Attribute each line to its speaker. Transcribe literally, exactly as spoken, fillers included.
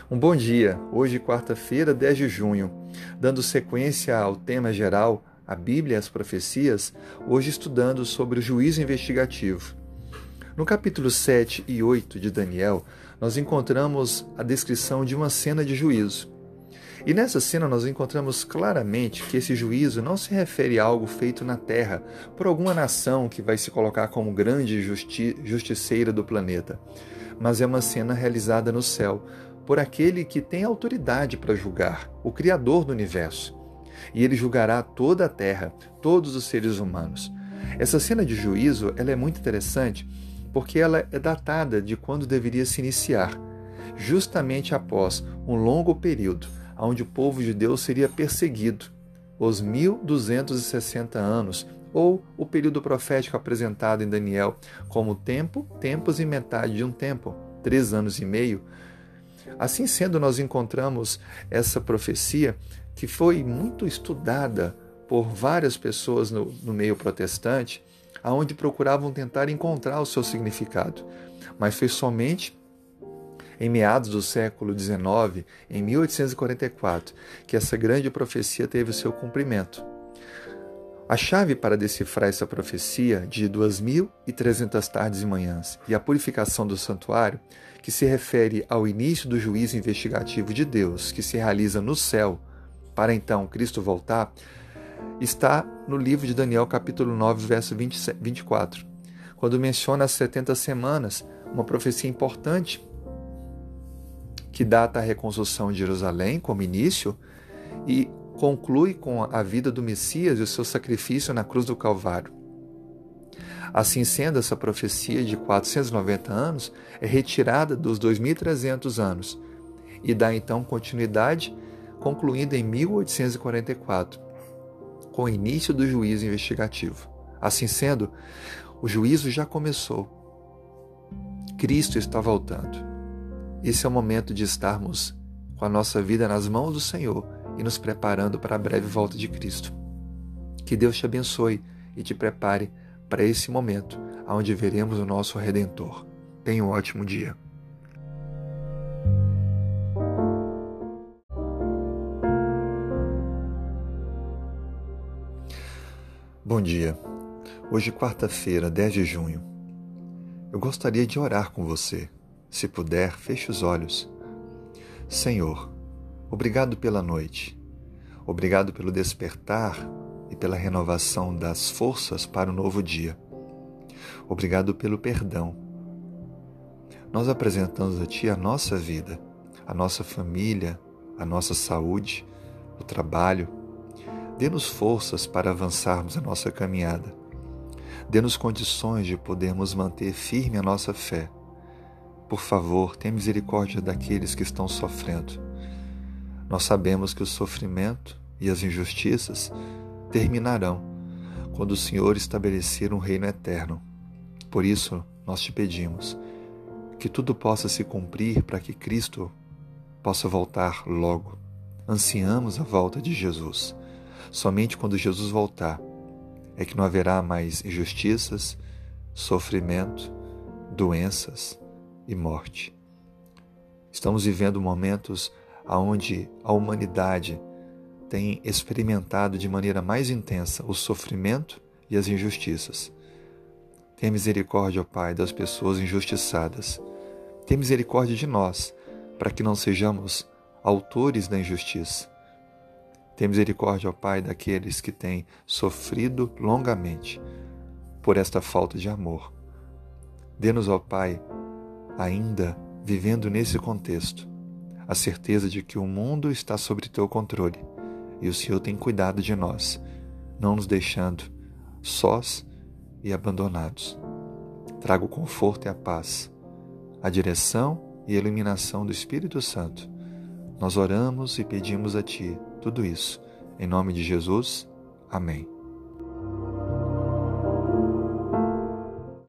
Speaker 1: Um bom dia, hoje quarta-feira, dez de junho. Dando sequência ao tema geral, a Bíblia e as profecias, hoje estudando sobre o juízo investigativo. No capítulo sete e oito de Daniel, nós encontramos a descrição de uma cena de juízo. E nessa cena nós encontramos claramente que esse juízo não se refere a algo feito na terra por alguma nação que vai se colocar como grande justi- justiceira do planeta, mas é uma cena realizada no céu por aquele que tem autoridade para julgar, o Criador do universo. E ele julgará toda a terra, todos os seres humanos. Essa cena de juízo ela é muito interessante porque ela é datada de quando deveria se iniciar, justamente após um longo período onde o povo de Deus seria perseguido, os mil duzentos e sessenta anos, ou o período profético apresentado em Daniel como tempo, tempos e metade de um tempo, três anos e meio. Assim sendo, nós encontramos essa profecia que foi muito estudada por várias pessoas no, no meio protestante, aonde procuravam tentar encontrar o seu significado, mas foi somente em meados do século dezenove, em mil oitocentos e quarenta e quatro, que essa grande profecia teve o seu cumprimento. A chave para decifrar essa profecia de duas mil e trezentas tardes e manhãs e a purificação do santuário, que se refere ao início do juízo investigativo de Deus, que se realiza no céu, para então Cristo voltar, está no livro de Daniel, capítulo nove, verso vinte e quatro, quando menciona as setenta semanas, uma profecia importante que data a reconstrução de Jerusalém como início e conclui com a vida do Messias e o seu sacrifício na cruz do Calvário. Assim sendo, essa profecia de quatrocentos e noventa anos é retirada dos dois mil e trezentos anos e dá então continuidade, concluindo em mil oitocentos e quarenta e quatro, com o início do juízo investigativo. Assim sendo, o juízo já começou. Cristo está voltando. Esse é o momento de estarmos com a nossa vida nas mãos do Senhor e nos preparando para a breve volta de Cristo. Que Deus te abençoe e te prepare para esse momento, onde veremos o nosso Redentor. Tenha um ótimo dia. Bom dia. Hoje, quarta-feira, dez de junho. Eu gostaria de orar com você. Se puder, feche os olhos. Senhor, obrigado pela noite. Obrigado pelo despertar e pela renovação das forças para o novo dia. Obrigado pelo perdão. Nós apresentamos a Ti a nossa vida, a nossa família, a nossa saúde, o trabalho. Dê-nos forças para avançarmos a nossa caminhada. Dê-nos condições de podermos manter firme a nossa fé. Por favor, tenha misericórdia daqueles que estão sofrendo. Nós sabemos que o sofrimento e as injustiças terminarão quando o Senhor estabelecer um reino eterno. Por isso, nós te pedimos que tudo possa se cumprir para que Cristo possa voltar logo. Ansiamos a volta de Jesus. Somente quando Jesus voltar é que não haverá mais injustiças, sofrimento, doenças e morte. Estamos vivendo momentos onde a humanidade tem experimentado de maneira mais intensa o sofrimento e as injustiças. Tenha misericórdia, ó Pai, das pessoas injustiçadas. Tenha misericórdia de nós, para que não sejamos autores da injustiça. Tenha misericórdia, ó Pai, daqueles que têm sofrido longamente por esta falta de amor. Dê-nos, ó Pai, ainda vivendo nesse contexto, a certeza de que o mundo está sob teu controle e o Senhor tem cuidado de nós, não nos deixando sós e abandonados. Traga o conforto e a paz, a direção e a iluminação do Espírito Santo. Nós oramos e pedimos a Ti tudo isso. Em nome de Jesus, amém.